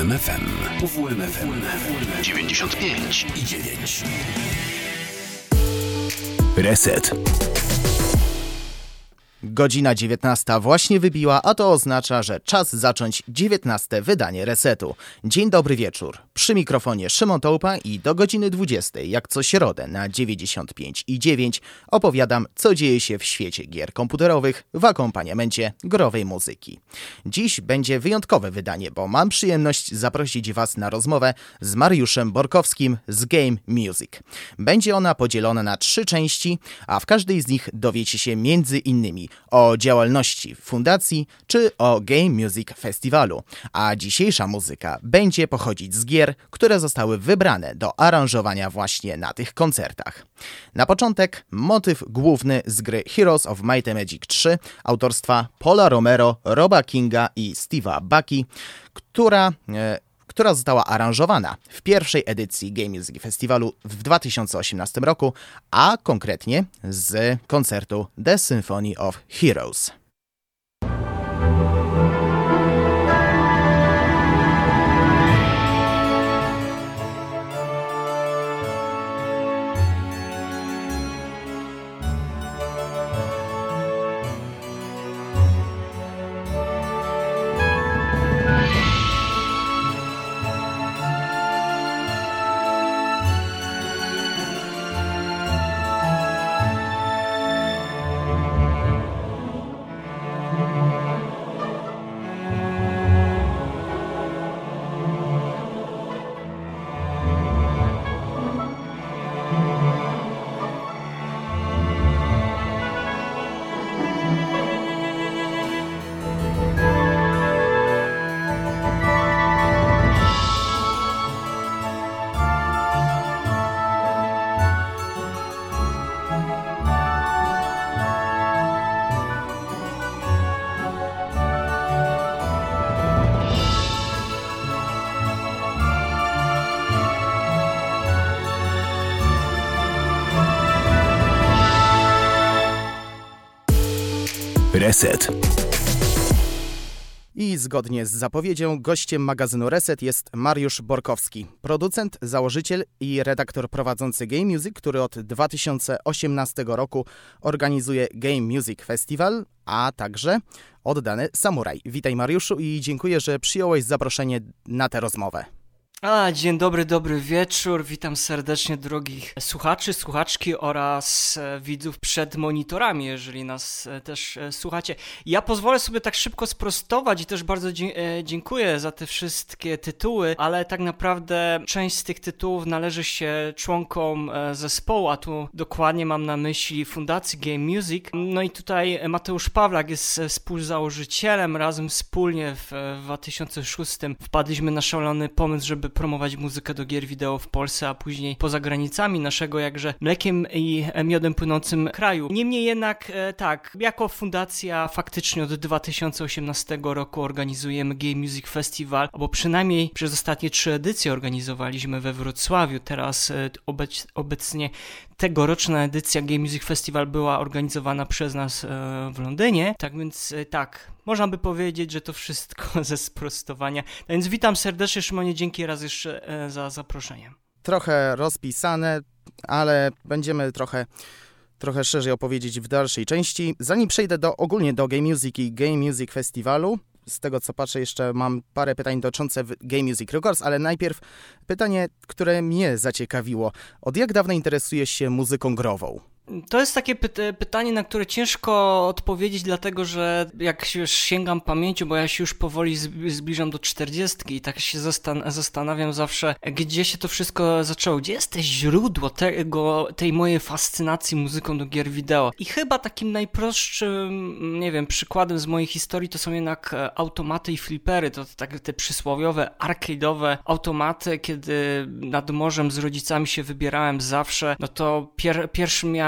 UWMFM 95,9. Reset. Godzina 19 właśnie wybiła, a to oznacza, że czas zacząć 19. wydanie Resetu. Dzień dobry wieczór. Przy mikrofonie Szymon Tołpa i do godziny 20, jak co środę na 95,9 opowiadam, co dzieje się w świecie gier komputerowych w akompaniamencie growej muzyki. Dziś będzie wyjątkowe wydanie, bo mam przyjemność zaprosić Was na rozmowę z Mariuszem Borkowskim z Game Music. Będzie ona podzielona na 3 części, a w każdej z nich dowiecie się m.in. o działalności fundacji czy o Game Music Festiwalu, a dzisiejsza muzyka będzie pochodzić z gier, które zostały wybrane do aranżowania właśnie na tych koncertach. Na początek motyw główny z gry Heroes of Might and Magic 3 autorstwa Paula Romero, Roba Kinga i Steve'a Bucky, która została aranżowana w pierwszej edycji Game Music Festiwalu w 2018 roku, a konkretnie z koncertu The Symphony of Heroes. Reset. I zgodnie z zapowiedzią gościem magazynu Reset jest Mariusz Borkowski, producent, założyciel i redaktor prowadzący Game Music, który od 2018 roku organizuje Game Music Festival, a także Oddany Samuraj. Witaj Mariuszu i dziękuję, że przyjąłeś zaproszenie na tę rozmowę. Dzień dobry, dobry wieczór. Witam serdecznie drogich słuchaczy, słuchaczki oraz widzów przed monitorami, jeżeli nas też słuchacie. Ja pozwolę sobie tak szybko sprostować i też bardzo dziękuję za te wszystkie tytuły, ale tak naprawdę część z tych tytułów należy się członkom zespołu, a tu dokładnie mam na myśli Fundacji Game Music. No i tutaj Mateusz Pawlak jest współzałożycielem, razem wspólnie w 2006 wpadliśmy na szalony pomysł, żeby promować muzykę do gier wideo w Polsce, a później poza granicami naszego jakże mlekiem i miodem płynącym kraju. Niemniej jednak tak, jako fundacja faktycznie od 2018 roku organizujemy Game Music Festival, albo przynajmniej przez ostatnie 3 edycje organizowaliśmy we Wrocławiu. Teraz obecnie tegoroczna edycja Game Music Festival była organizowana przez nas w Londynie, tak więc tak, można by powiedzieć, że to wszystko ze sprostowania. Tak więc witam serdecznie, Szymonie, dzięki raz jeszcze za zaproszenie. Trochę rozpisane, ale będziemy trochę szerzej opowiedzieć w dalszej części. Zanim przejdę ogólnie do Game Music i Game Music Festiwalu, z tego co patrzę jeszcze mam parę pytań dotyczących Game Music Records, ale najpierw pytanie, które mnie zaciekawiło. Od jak dawna interesujesz się muzyką grową? To jest takie pytanie, na które ciężko odpowiedzieć, dlatego że jak się już sięgam pamięcią, bo ja się już powoli zbliżam do 40 i tak się zastanawiam zawsze, gdzie się to wszystko zaczęło, gdzie jest to źródło tej mojej fascynacji muzyką do gier wideo. I chyba takim najprostszym, nie wiem, przykładem z mojej historii to są jednak automaty i flipery, to tak te przysłowiowe, arcade'owe automaty, kiedy nad morzem z rodzicami się wybierałem zawsze, no to pierwszy miałem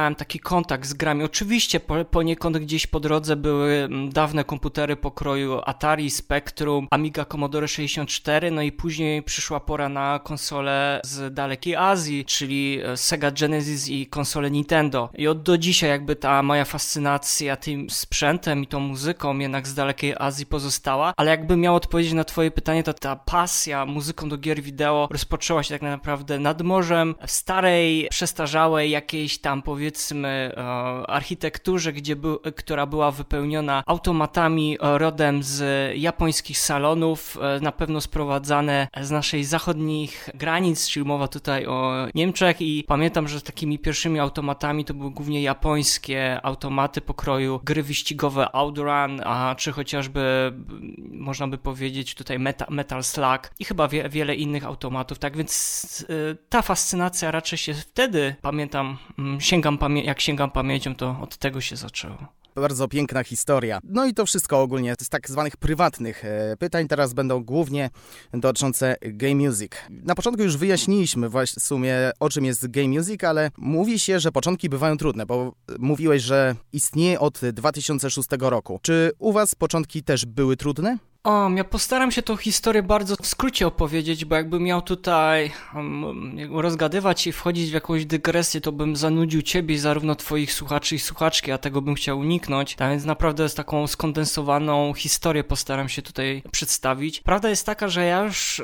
miałem taki kontakt z grami. Oczywiście poniekąd gdzieś po drodze były dawne komputery pokroju Atari, Spectrum, Amiga Commodore 64, no i później przyszła pora na konsole z dalekiej Azji, czyli Sega Genesis i konsole Nintendo. I od do dzisiaj jakby ta moja fascynacja tym sprzętem i tą muzyką jednak z dalekiej Azji pozostała, ale jakbym miał odpowiedzieć na twoje pytanie, to ta pasja muzyką do gier wideo rozpoczęła się tak naprawdę nad morzem, w starej, przestarzałej jakiejś tam powiedzmy architekturze, która była wypełniona automatami rodem z japońskich salonów, na pewno sprowadzane z naszej zachodnich granic, czyli mowa tutaj o Niemczech, i pamiętam, że takimi pierwszymi automatami to były głównie japońskie automaty pokroju gry wyścigowe OutRun, czy chociażby można by powiedzieć tutaj Metal Slug i chyba wiele innych automatów, tak więc ta fascynacja raczej się wtedy, pamiętam, jak sięgam pamięcią, to od tego się zaczęło. Bardzo piękna historia. No i to wszystko ogólnie z tak zwanych prywatnych pytań. Teraz będą głównie dotyczące game music. Na początku już wyjaśniliśmy w sumie, o czym jest game music, ale mówi się, że początki bywają trudne, bo mówiłeś, że istnieje od 2006 roku. Czy u was początki też były trudne? Ja postaram się tą historię bardzo w skrócie opowiedzieć, bo jakbym miał tutaj rozgadywać i wchodzić w jakąś dygresję, to bym zanudził ciebie i zarówno twoich słuchaczy i słuchaczki, a tego bym chciał uniknąć. Tak więc naprawdę z taką skondensowaną historię postaram się tutaj przedstawić. Prawda jest taka, że ja już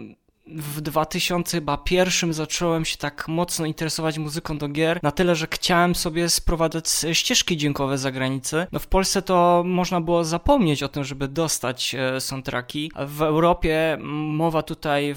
w 2001 zacząłem się tak mocno interesować muzyką do gier, na tyle, że chciałem sobie sprowadzać ścieżki dźwiękowe za granicę. No w Polsce to można było zapomnieć o tym, żeby dostać soundtracki. W Europie, mowa tutaj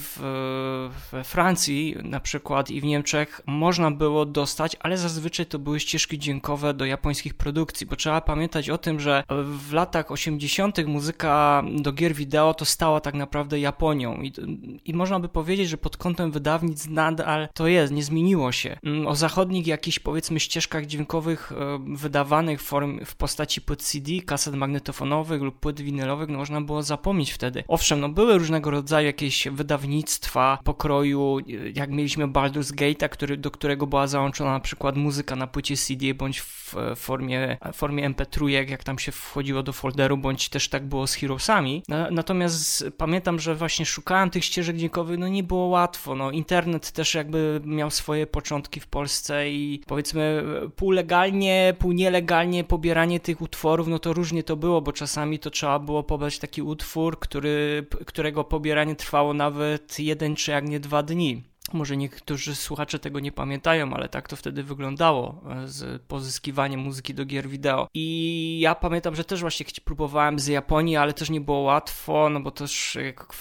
we Francji na przykład i w Niemczech, można było dostać, ale zazwyczaj to były ścieżki dźwiękowe do japońskich produkcji, bo trzeba pamiętać o tym, że w latach 80. muzyka do gier wideo to stała tak naprawdę Japonią i można by powiedzieć, że pod kątem wydawnictw nadal to jest, nie zmieniło się. O zachodnich jakichś powiedzmy ścieżkach dźwiękowych wydawanych w postaci płyt CD, kaset magnetofonowych lub płyt winylowych no można było zapomnieć wtedy. Owszem, no były różnego rodzaju jakieś wydawnictwa pokroju, jak mieliśmy Baldur's Gate'a, do którego była załączona na przykład muzyka na płycie CD bądź w formie MP3, jak tam się wchodziło do folderu, bądź też tak było z Heroesami. Natomiast pamiętam, że właśnie szukałem tych ścieżek dźwiękowych, no nie było łatwo, no internet też jakby miał swoje początki w Polsce i powiedzmy półlegalnie, pół nielegalnie pobieranie tych utworów, no to różnie to było, bo czasami to trzeba było pobrać taki utwór, którego pobieranie trwało nawet 1 czy jak nie 2 dni. Może niektórzy słuchacze tego nie pamiętają, ale tak to wtedy wyglądało z pozyskiwaniem muzyki do gier wideo. I ja pamiętam, że też właśnie próbowałem z Japonii, ale też nie było łatwo, no bo też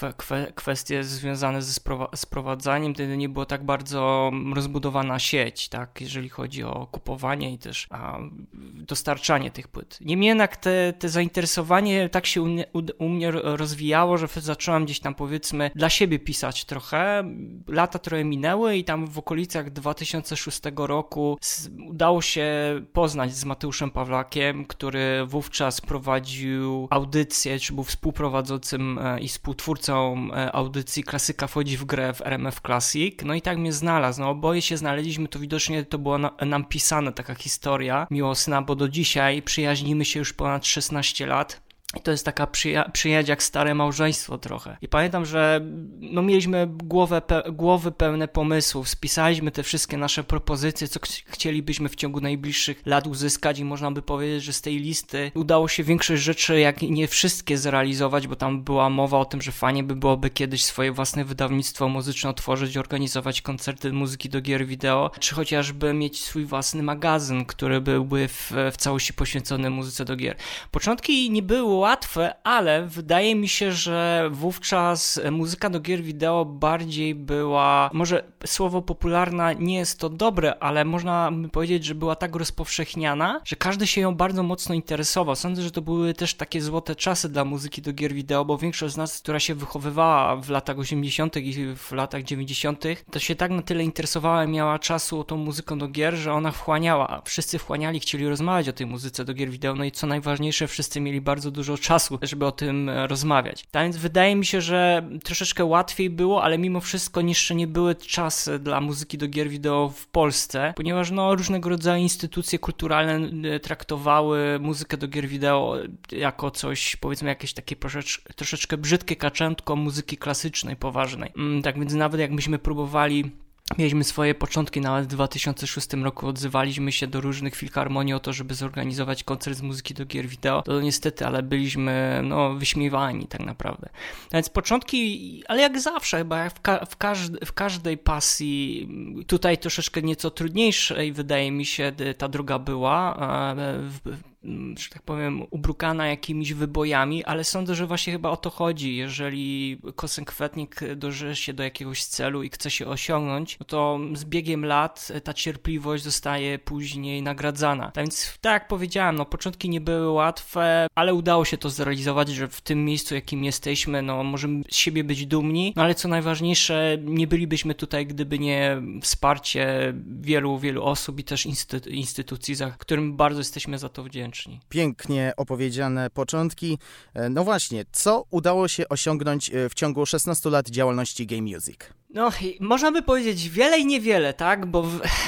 kwestie związane ze sprowadzaniem, wtedy nie było tak bardzo rozbudowana sieć, tak, jeżeli chodzi o kupowanie i też dostarczanie tych płyt. Niemniej jednak te zainteresowanie tak się u mnie rozwijało, że zacząłem gdzieś tam powiedzmy dla siebie pisać trochę. Lata trochę minęły i tam w okolicach 2006 roku udało się poznać z Mateuszem Pawlakiem, który wówczas prowadził audycję, czy był współprowadzącym i współtwórcą audycji Klasyka wchodzi w grę w RMF Classic. No i tak mnie znalazł. No oboje się znaleźliśmy, to widocznie to była nam pisana taka historia miłosna, bo do dzisiaj przyjaźnimy się już ponad 16 lat. I to jest taka przyjaźń jak stare małżeństwo trochę. I pamiętam, że no mieliśmy głowy pełne pomysłów, spisaliśmy te wszystkie nasze propozycje, co chcielibyśmy w ciągu najbliższych lat uzyskać i można by powiedzieć, że z tej listy udało się większość rzeczy, jak nie wszystkie zrealizować, bo tam była mowa o tym, że fajnie by byłoby kiedyś swoje własne wydawnictwo muzyczne otworzyć, organizować koncerty muzyki do gier wideo, czy chociażby mieć swój własny magazyn, który byłby w całości poświęcony muzyce do gier. Początki nie były łatwe, ale wydaje mi się, że wówczas muzyka do gier wideo bardziej była, może słowo popularna nie jest to dobre, ale można by powiedzieć, że była tak rozpowszechniana, że każdy się ją bardzo mocno interesował. Sądzę, że to były też takie złote czasy dla muzyki do gier wideo, bo większość z nas, która się wychowywała w latach 80. i w latach 90., to się tak na tyle interesowała i miała czasu tą muzyką do gier, że ona wchłaniała. Wszyscy wchłaniali, chcieli rozmawiać o tej muzyce do gier wideo, no i co najważniejsze, wszyscy mieli bardzo dużo dużo czasu, żeby o tym rozmawiać. Tak więc wydaje mi się, że troszeczkę łatwiej było, ale mimo wszystko jeszcze nie były czasy dla muzyki do gier wideo w Polsce, ponieważ różnego rodzaju instytucje kulturalne traktowały muzykę do gier wideo jako coś, powiedzmy, jakieś takie troszeczkę brzydkie kaczętko muzyki klasycznej, poważnej. Tak więc nawet jak myśmy próbowali, mieliśmy swoje początki, nawet w 2006 roku odzywaliśmy się do różnych filharmonii o to, żeby zorganizować koncert z muzyki do gier wideo, to niestety, ale byliśmy wyśmiewani tak naprawdę. A więc początki, ale jak zawsze chyba, jak w każdej pasji, tutaj troszeczkę nieco trudniejszej wydaje mi się ta droga była, że tak powiem, ubrukana jakimiś wybojami, ale sądzę, że właśnie chyba o to chodzi. Jeżeli konsekwentnie dąży się do jakiegoś celu i chce się osiągnąć, no to z biegiem lat ta cierpliwość zostaje później nagradzana. Tak więc, tak jak powiedziałem, początki nie były łatwe, ale udało się to zrealizować, że w tym miejscu, jakim jesteśmy, możemy z siebie być dumni, ale co najważniejsze, nie bylibyśmy tutaj, gdyby nie wsparcie wielu, wielu osób i też instytucji, za którym bardzo jesteśmy za to wdzięczni. Pięknie opowiedziane początki. No właśnie, co udało się osiągnąć w ciągu 16 lat działalności Game Music? Można by powiedzieć wiele i niewiele, tak? Bo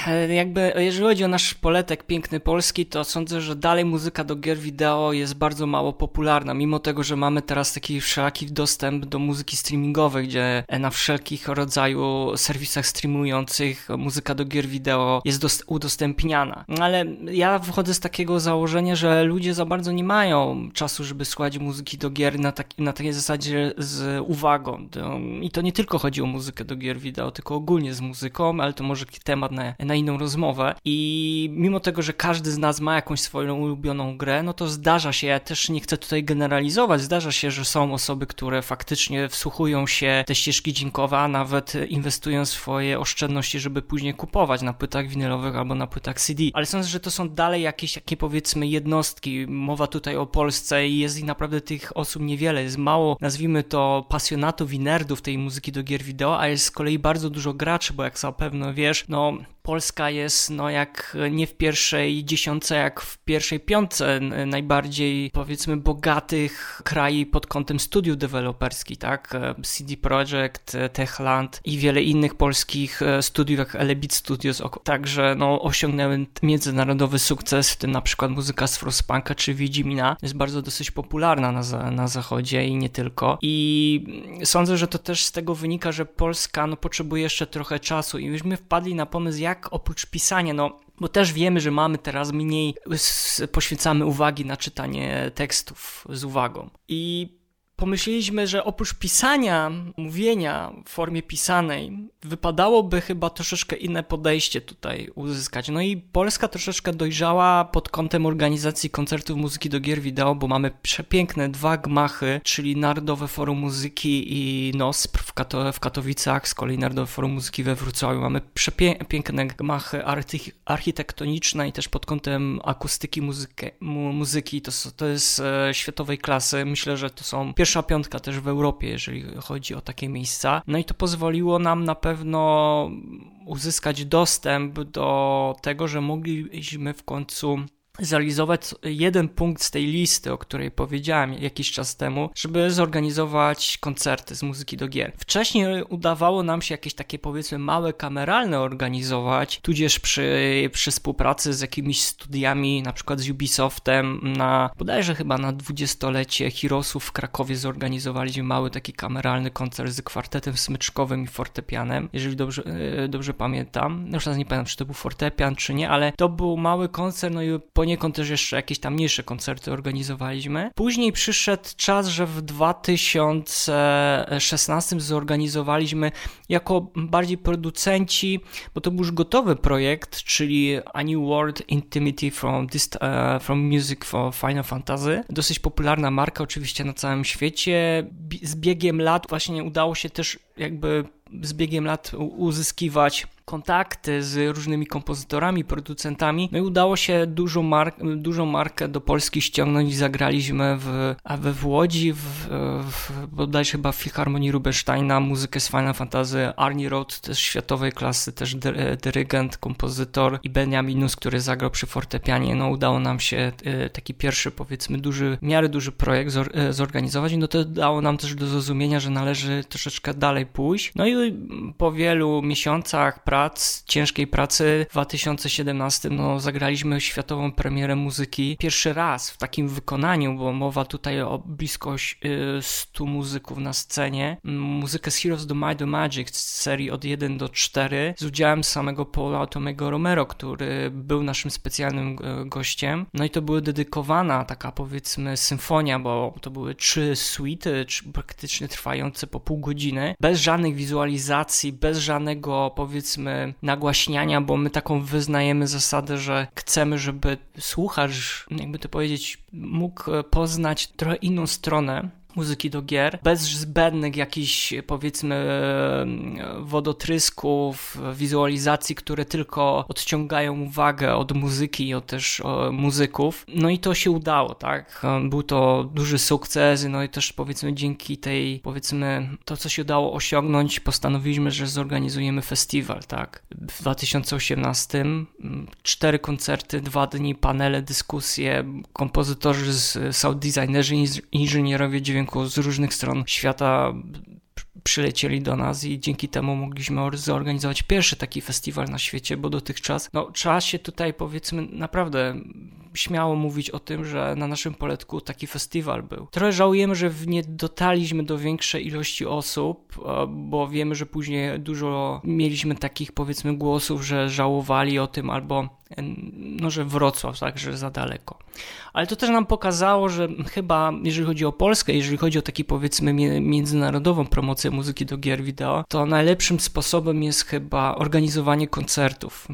jakby jeżeli chodzi o nasz poletek piękny polski, to sądzę, że dalej muzyka do gier wideo jest bardzo mało popularna, mimo tego, że mamy teraz taki wszelaki dostęp do muzyki streamingowej, gdzie na wszelkich rodzaju serwisach streamujących muzyka do gier wideo jest udostępniana. Ale ja wychodzę z takiego założenia, że ludzie za bardzo nie mają czasu, żeby słuchać muzyki do gier na takiej zasadzie z uwagą. I to nie tylko chodzi o muzykę do gier wideo, tylko ogólnie z muzyką, ale to może temat na inną rozmowę. I mimo tego, że każdy z nas ma jakąś swoją ulubioną grę, to zdarza się, ja też nie chcę tutaj generalizować, zdarza się, że są osoby, które faktycznie wsłuchują się te ścieżki dźwiękowe, a nawet inwestują swoje oszczędności, żeby później kupować na płytach winylowych albo na płytach CD. Ale sądzę, że to są dalej jakieś takie, powiedzmy, jednostki. Mowa tutaj o Polsce i jest naprawdę tych osób niewiele. Jest mało, nazwijmy to, pasjonatów i nerdów tej muzyki do gier wideo, a jest z kolei bardzo dużo graczy, bo jak zapewne wiesz, Polska jest jak nie w pierwszej dziesiątce, jak w pierwszej piątce najbardziej, powiedzmy, bogatych krajów pod kątem studiów deweloperskich, tak? CD Projekt, Techland i wiele innych polskich studiów, jak Elebit Studios, także osiągnęły międzynarodowy sukces, w tym na przykład muzyka z Frostpunka czy Wiedźmina jest bardzo dosyć popularna na zachodzie i nie tylko. I sądzę, że to też z tego wynika, że Polska potrzebuje jeszcze trochę czasu i myśmy wpadli na pomysł, jak oprócz pisania, bo też wiemy, że mamy teraz mniej, poświęcamy uwagi na czytanie tekstów z uwagą. I pomyśleliśmy, że oprócz pisania, mówienia w formie pisanej, wypadałoby chyba troszeczkę inne podejście tutaj uzyskać. I Polska troszeczkę dojrzała pod kątem organizacji koncertów muzyki do gier wideo, bo mamy przepiękne 2 gmachy, czyli Narodowe Forum Muzyki i NOSPR w Katowicach, z kolei Narodowe Forum Muzyki we Wrocławiu. Mamy przepiękne gmachy architektoniczne i też pod kątem akustyki muzyki. To jest światowej klasy. Myślę, że to są pierwsza piątka też w Europie, jeżeli chodzi o takie miejsca. I to pozwoliło nam na pewno uzyskać dostęp do tego, że mogliśmy w końcu zrealizować jeden punkt z tej listy, o której powiedziałem jakiś czas temu, żeby zorganizować koncerty z muzyki do gier. Wcześniej udawało nam się jakieś takie, powiedzmy, małe kameralne organizować, tudzież przy współpracy z jakimiś studiami, na przykład z Ubisoftem, bodajże chyba na 20-lecie Heroesów w Krakowie zorganizowaliśmy mały taki kameralny koncert z kwartetem smyczkowym i fortepianem, jeżeli dobrze pamiętam. Już teraz nie pamiętam, czy to był fortepian, czy nie, ale to był mały koncert, i poniekąd też jeszcze jakieś tam mniejsze koncerty organizowaliśmy. Później przyszedł czas, że w 2016 zorganizowaliśmy jako bardziej producenci, bo to był już gotowy projekt, czyli A New World Intimity from Music for Final Fantasy. Dosyć popularna marka oczywiście na całym świecie. Z biegiem lat właśnie udało się też jakby z biegiem lat uzyskiwać kontakty z różnymi kompozytorami, producentami, no i udało się dużą markę do Polski ściągnąć. Zagraliśmy w Łodzi, bodajże chyba w Filharmonii Rubinsteina, muzykę z Final Fantasy. Arnie Roth, też światowej klasy, też dyrygent, kompozytor, i Benjaminus, który zagrał przy fortepianie. No udało nam się taki pierwszy, powiedzmy, w miarę duży projekt zorganizować, no to dało nam też do zrozumienia, że należy troszeczkę dalej pójść. No i po wielu miesiącach ciężkiej pracy w 2017 zagraliśmy światową premierę muzyki pierwszy raz w takim wykonaniu, bo mowa tutaj o blisko 100 muzyków na scenie. Muzykę z Heroes of Might and Magic z serii od 1 do 4 z udziałem samego Paula Tomego Romero, który był naszym specjalnym gościem. No i to była dedykowana taka, powiedzmy, symfonia, bo to były 3 suity, praktycznie trwające po pół godziny, bez żadnych wizualizacji, bez żadnego, powiedzmy, nagłaśniania, bo my taką wyznajemy zasadę, że chcemy, żeby słuchacz, jakby to powiedzieć, mógł poznać trochę inną stronę muzyki do gier, bez zbędnych jakichś, powiedzmy, wodotrysków, wizualizacji, które tylko odciągają uwagę od muzyki i od też muzyków. No i to się udało, tak? Był to duży sukces, no i też, powiedzmy, dzięki tej, powiedzmy, to co się udało osiągnąć, postanowiliśmy, że zorganizujemy festiwal, tak? W 2018 4 koncerty, 2 dni, panele, dyskusje, kompozytorzy, sound designerzy, inżynierowie dźwięku z różnych stron świata przylecieli do nas i dzięki temu mogliśmy zorganizować pierwszy taki festiwal na świecie, bo dotychczas, trzeba się tutaj, powiedzmy, naprawdę śmiało mówić o tym, że na naszym poletku taki festiwal był. Trochę żałujemy, że nie dotarliśmy do większej ilości osób, bo wiemy, że później dużo mieliśmy takich, powiedzmy, głosów, że żałowali o tym albo że Wrocław, tak, że za daleko. Ale to też nam pokazało, że chyba, jeżeli chodzi o Polskę, jeżeli chodzi o taki, powiedzmy, międzynarodową promocję muzyki do gier wideo, to najlepszym sposobem jest chyba organizowanie koncertów.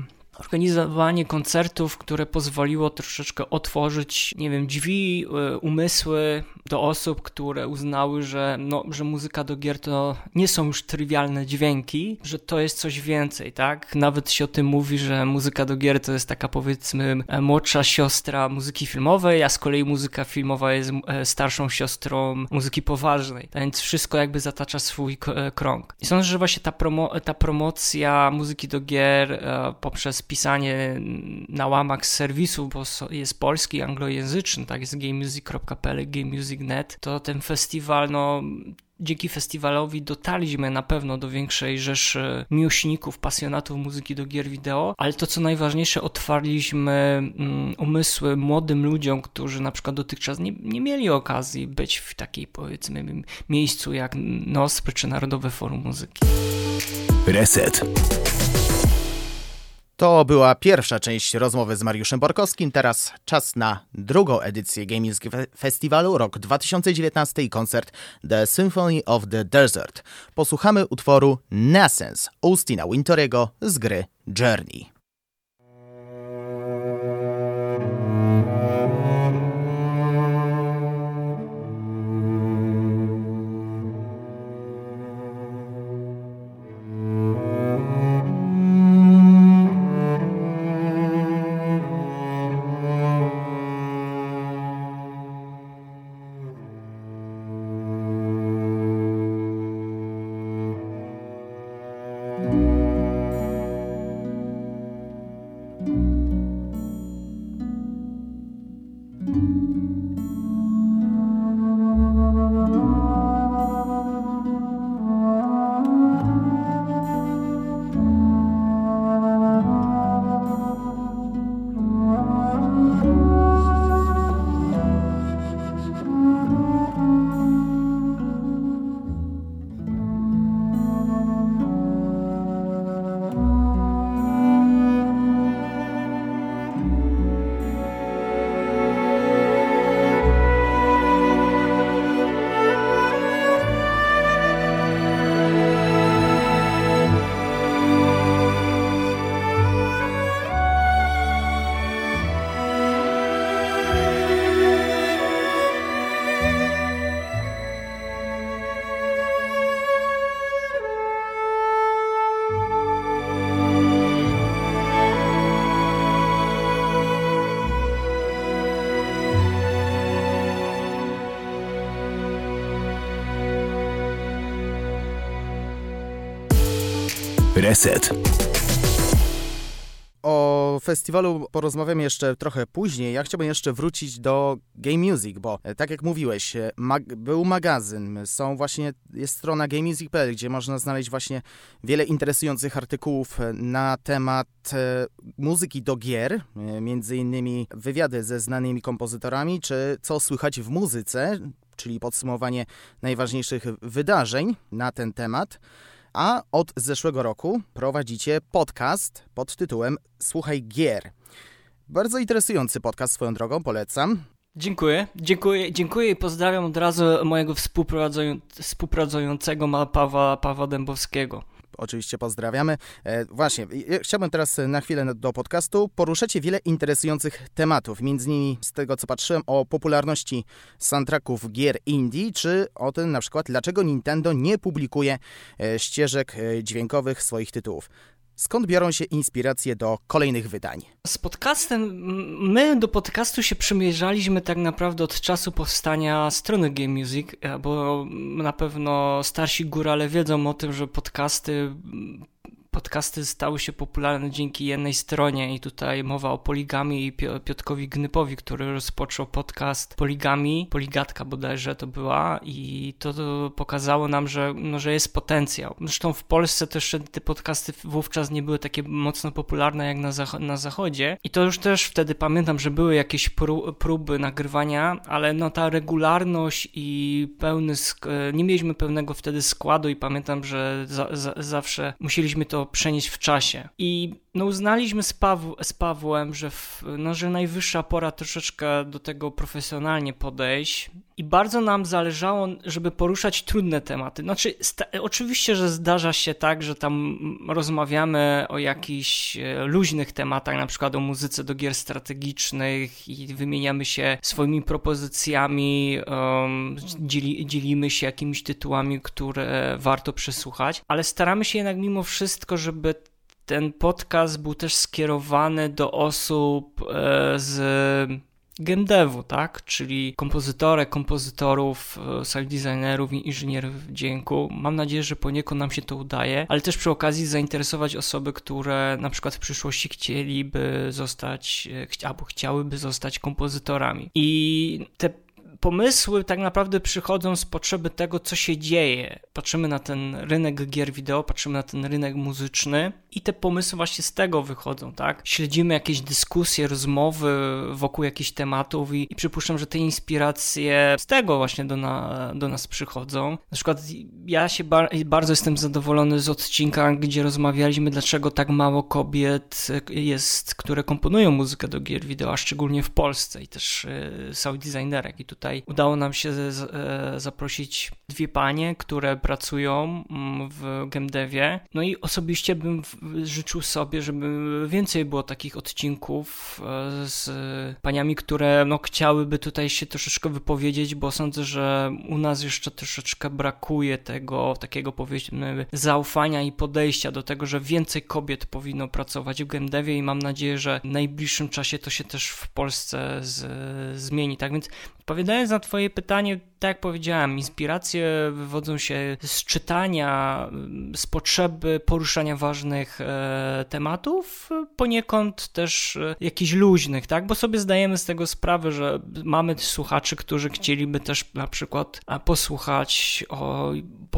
Które pozwoliło troszeczkę otworzyć, nie wiem, drzwi, umysły do osób, które uznały, że muzyka do gier to nie są już trywialne dźwięki, że to jest coś więcej, tak? Nawet się o tym mówi, że muzyka do gier to jest taka, powiedzmy, młodsza siostra muzyki filmowej, a z kolei muzyka filmowa jest starszą siostrą muzyki poważnej. Więc wszystko jakby zatacza swój krąg. I sądzę, że właśnie ta promocja muzyki do gier poprzez pisanie na łamach serwisów, bo jest polski, anglojęzyczny, tak, jest gamemusic.pl, gamemusic.net, to ten festiwal, dzięki festiwalowi dotarliśmy na pewno do większej rzeszy miłośników, pasjonatów muzyki do gier wideo, ale to co najważniejsze, otwarliśmy umysły młodym ludziom, którzy na przykład dotychczas nie mieli okazji być w takiej, powiedzmy, miejscu jak NOSPR czy Narodowe Forum Muzyki. Reset. To była pierwsza część rozmowy z Mariuszem Borkowskim. Teraz czas na drugą edycję Game Music Festiwalu, rok 2019 i koncert The Symphony of the Desert. Posłuchamy utworu Nascence Austina Wintory'ego z gry Journey. Reset. O festiwalu porozmawiamy jeszcze trochę później. Ja chciałbym jeszcze wrócić do Game Music, bo tak jak mówiłeś, był magazyn, jest strona gamemusic.pl, gdzie można znaleźć właśnie wiele interesujących artykułów na temat muzyki do gier, między innymi wywiady ze znanymi kompozytorami, czy co słychać w muzyce, czyli podsumowanie najważniejszych wydarzeń na ten temat. A od zeszłego roku prowadzicie podcast pod tytułem Słuchaj Gier. Bardzo interesujący podcast, swoją drogą, polecam. Dziękuję i pozdrawiam od razu mojego współpracującego Pawła Dębowskiego. Oczywiście pozdrawiamy. Właśnie, chciałbym teraz na chwilę do podcastu. Poruszacie wiele interesujących tematów, między innymi z tego, co patrzyłem, o popularności soundtracków gier indie, czy o tym na przykład, dlaczego Nintendo nie publikuje ścieżek dźwiękowych swoich tytułów. Skąd biorą się inspiracje do kolejnych wydań? Z podcastem, my do podcastu się przymierzaliśmy tak naprawdę od czasu powstania strony Game Music, bo na pewno starsi górale wiedzą o tym, że podcasty stały się popularne dzięki jednej stronie i tutaj mowa o Poligamii i Piotrkowi Gnypowi, który rozpoczął podcast Poligatka bodajże to była i to pokazało nam, że jest potencjał. Zresztą w Polsce też te podcasty wówczas nie były takie mocno popularne jak na zachodzie i to już też wtedy pamiętam, że były jakieś próby nagrywania, ale no ta regularność i nie mieliśmy pełnego wtedy składu i pamiętam, że zawsze musieliśmy to przenieść w czasie. I uznaliśmy z Pawłem, że najwyższa pora troszeczkę do tego profesjonalnie podejść i bardzo nam zależało, żeby poruszać trudne tematy. Znaczy, oczywiście, że zdarza się tak, że tam rozmawiamy o jakichś luźnych tematach, na przykład o muzyce do gier strategicznych i wymieniamy się swoimi propozycjami, dzielimy się jakimiś tytułami, które warto przesłuchać, ale staramy się jednak mimo wszystko, żeby ten podcast był też skierowany do osób z game devu, tak? Czyli kompozytorów, sound designerów i inżynierów dźwięku. Mam nadzieję, że poniekąd nam się to udaje, ale też przy okazji zainteresować osoby, które na przykład w przyszłości chciałyby zostać kompozytorami. I te pomysły tak naprawdę przychodzą z potrzeby tego, co się dzieje. Patrzymy na ten rynek gier wideo, patrzymy na ten rynek muzyczny i te pomysły właśnie z tego wychodzą, tak? Śledzimy jakieś dyskusje, rozmowy wokół jakichś tematów i przypuszczam, że te inspiracje z tego właśnie do nas przychodzą. Na przykład ja się bardzo jestem zadowolony z odcinka, gdzie rozmawialiśmy, dlaczego tak mało kobiet jest, które komponują muzykę do gier wideo, a szczególnie w Polsce i też sound designerek. I tutaj udało nam się zaprosić dwie panie, które pracują w game devie. No i osobiście bym życzył sobie, żeby więcej było takich odcinków z paniami, które chciałyby tutaj się troszeczkę wypowiedzieć, bo sądzę, że u nas jeszcze troszeczkę brakuje tego takiego, powiedzmy, zaufania i podejścia do tego, że więcej kobiet powinno pracować w game devie i mam nadzieję, że w najbliższym czasie to się też w Polsce zmieni. Tak więc odpowiadając na twoje pytanie, tak jak powiedziałem, inspiracje wywodzą się z czytania, z potrzeby poruszania ważnych tematów, poniekąd też jakichś luźnych, tak? Bo sobie zdajemy z tego sprawę, że mamy słuchaczy, którzy chcieliby też na przykład posłuchać o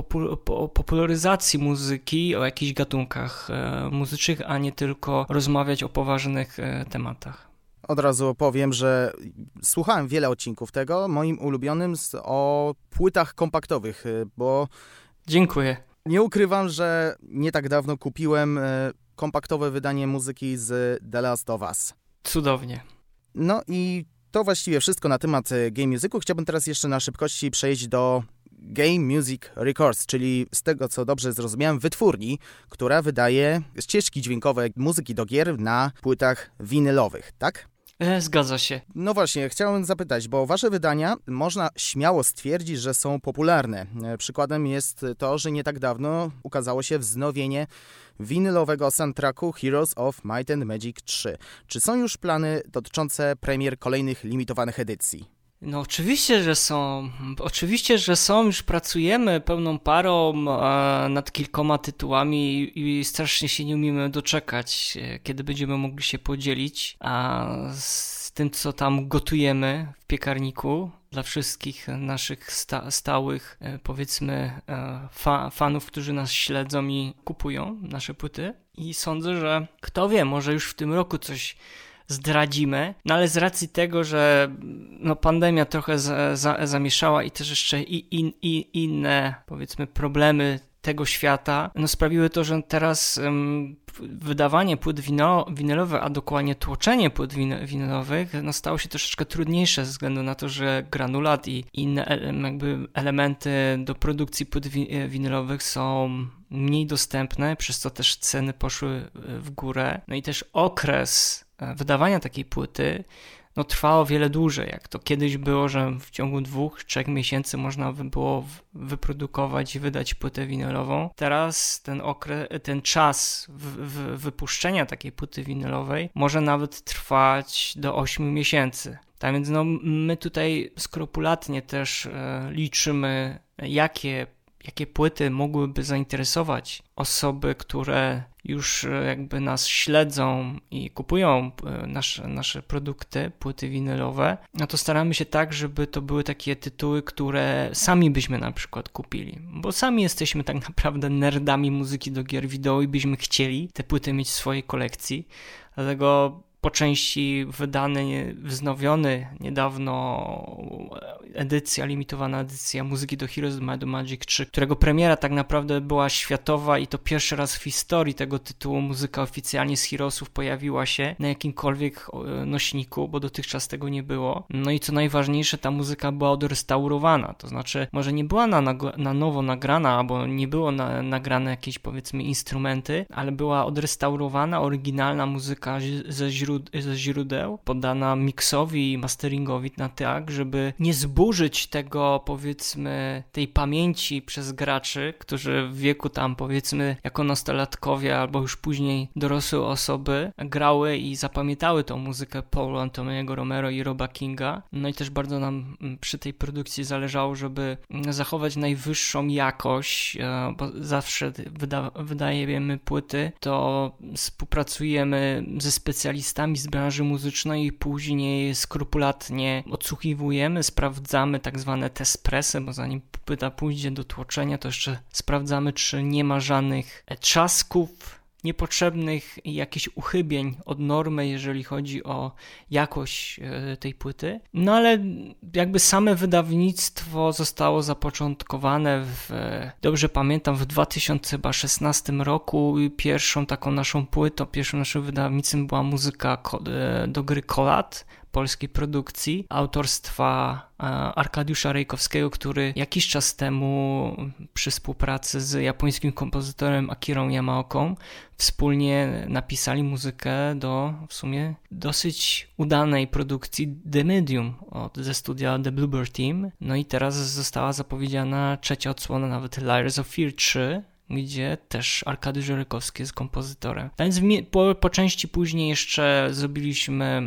popularyzacji muzyki, o jakichś gatunkach muzycznych, a nie tylko rozmawiać o poważnych tematach. Od razu powiem, że słuchałem wiele odcinków tego, moim ulubionym o płytach kompaktowych, bo... Dziękuję. Nie ukrywam, że nie tak dawno kupiłem kompaktowe wydanie muzyki z The Last of Us. Cudownie. No i to właściwie wszystko na temat Game Musicu. Chciałbym teraz jeszcze na szybkości przejść do Game Music Records, czyli z tego, co dobrze zrozumiałem, wytwórni, która wydaje ścieżki dźwiękowe muzyki do gier na płytach winylowych, tak? Zgadza się. No właśnie, chciałem zapytać, bo wasze wydania można śmiało stwierdzić, że są popularne. Przykładem jest to, że nie tak dawno ukazało się wznowienie winylowego soundtracku Heroes of Might and Magic 3. Czy są już plany dotyczące premier kolejnych limitowanych edycji? No oczywiście, że są. Oczywiście, że są. Już pracujemy pełną parą nad kilkoma tytułami i strasznie się nie umiemy doczekać, kiedy będziemy mogli się podzielić z tym, co tam gotujemy w piekarniku dla wszystkich naszych stałych, powiedzmy, fanów, którzy nas śledzą i kupują nasze płyty. I sądzę, że kto wie, może już w tym roku coś zdradzimy, no ale z racji tego, że pandemia trochę zamieszała i też jeszcze inne, powiedzmy, problemy tego świata, sprawiły to, że teraz wydawanie płyt winylowych, a dokładnie tłoczenie płyt winylowych stało się troszeczkę trudniejsze ze względu na to, że granulat i inne jakby elementy do produkcji płyt winylowych są mniej dostępne, przez co też ceny poszły w górę. No i też okres wydawania takiej płyty trwało wiele dłużej, jak to kiedyś było, że w ciągu 2-3 miesięcy można by było wyprodukować i wydać płytę winylową. Teraz ten czas wypuszczenia takiej płyty winylowej może nawet trwać do 8 miesięcy. Tak więc my tutaj skrupulatnie też liczymy, jakie płyty mogłyby zainteresować osoby, które już jakby nas śledzą i kupują nasze produkty, płyty winylowe, to staramy się tak, żeby to były takie tytuły, które sami byśmy na przykład kupili, bo sami jesteśmy tak naprawdę nerdami muzyki do gier wideo i byśmy chcieli te płyty mieć w swojej kolekcji, dlatego po części wznowiony niedawno limitowana edycja muzyki do Heroes of Might and Magic 3, którego premiera tak naprawdę była światowa i to pierwszy raz w historii tego tytułu muzyka oficjalnie z Heroesów pojawiła się na jakimkolwiek nośniku, bo dotychczas tego nie było. No i co najważniejsze, ta muzyka była odrestaurowana, to znaczy może nie była na nowo nagrana, albo nie było nagrane jakieś, powiedzmy, instrumenty, ale była odrestaurowana, oryginalna muzyka ze źródeł, poddana miksowi i masteringowi na tak, żeby nie zburzyć tego, powiedzmy, tej pamięci przez graczy, którzy w wieku tam, powiedzmy, jako nastolatkowie albo już później dorosłe osoby grały i zapamiętały tą muzykę Paula Antoniego Romero i Roba Kinga. No i też bardzo nam przy tej produkcji zależało, żeby zachować najwyższą jakość, bo zawsze wydajemy płyty, to współpracujemy ze specjalistami z branży muzycznej i później skrupulatnie odsłuchiwujemy, sprawdzamy tak zwane testpressy, bo zanim płyta pójdzie do tłoczenia, to jeszcze sprawdzamy, czy nie ma żadnych trzasków niepotrzebnych i jakichś uchybień od normy, jeżeli chodzi o jakość tej płyty. No ale jakby same wydawnictwo zostało zapoczątkowane dobrze pamiętam, w 2016 roku. Pierwszą taką naszą płytą, pierwszym naszym wydawnictwem była muzyka do gry Kolat, polskiej produkcji, autorstwa Arkadiusza Rejkowskiego, który jakiś czas temu przy współpracy z japońskim kompozytorem Akirą Yamaoką wspólnie napisali muzykę do w sumie dosyć udanej produkcji The Medium ze studia The Bluebird Team. No i teraz została zapowiedziana trzecia odsłona, nawet Layers of Fear 3, gdzie też Arkadiusz Rejkowski jest kompozytorem. A więc po części później jeszcze zrobiliśmy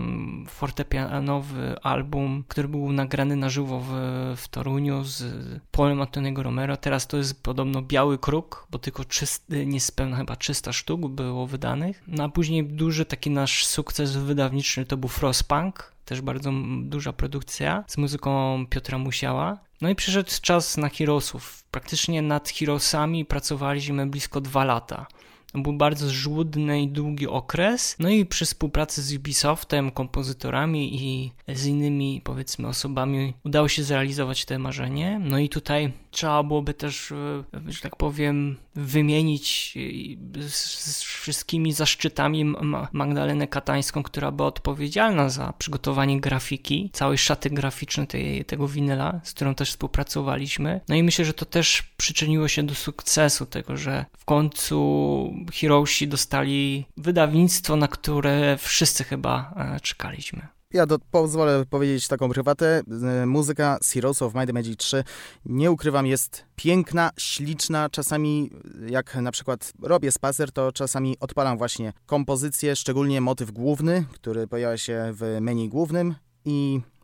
fortepianowy album, który był nagrany na żywo w Toruniu z Paulem Antoniego Romero. Teraz to jest podobno Biały Kruk, bo tylko niespełna chyba 300 sztuk było wydanych. No a później duży taki nasz sukces wydawniczy to był Frostpunk, też bardzo duża produkcja z muzyką Piotra Musiała. No i przyszedł czas na Heroesów. Praktycznie nad Heroesami pracowaliśmy blisko 2 lata. Był bardzo żłudny i długi okres. No i przy współpracy z Ubisoftem, kompozytorami i z innymi, powiedzmy, osobami udało się zrealizować to marzenie. No i tutaj trzeba byłoby też, że tak powiem, wymienić z wszystkimi zaszczytami Magdalenę Katańską, która była odpowiedzialna za przygotowanie grafiki, całej szaty graficznej tego winyla, z którą też współpracowaliśmy. No i myślę, że to też przyczyniło się do sukcesu tego, że w końcu Heroesi dostali wydawnictwo, na które wszyscy chyba czekaliśmy. Ja pozwolę powiedzieć taką prywatę. Muzyka z Heroes of Might and Magic 3, nie ukrywam, jest piękna, śliczna. Czasami, jak na przykład robię spacer, to czasami odpalam właśnie kompozycję, szczególnie motyw główny, który pojawia się w menu głównym i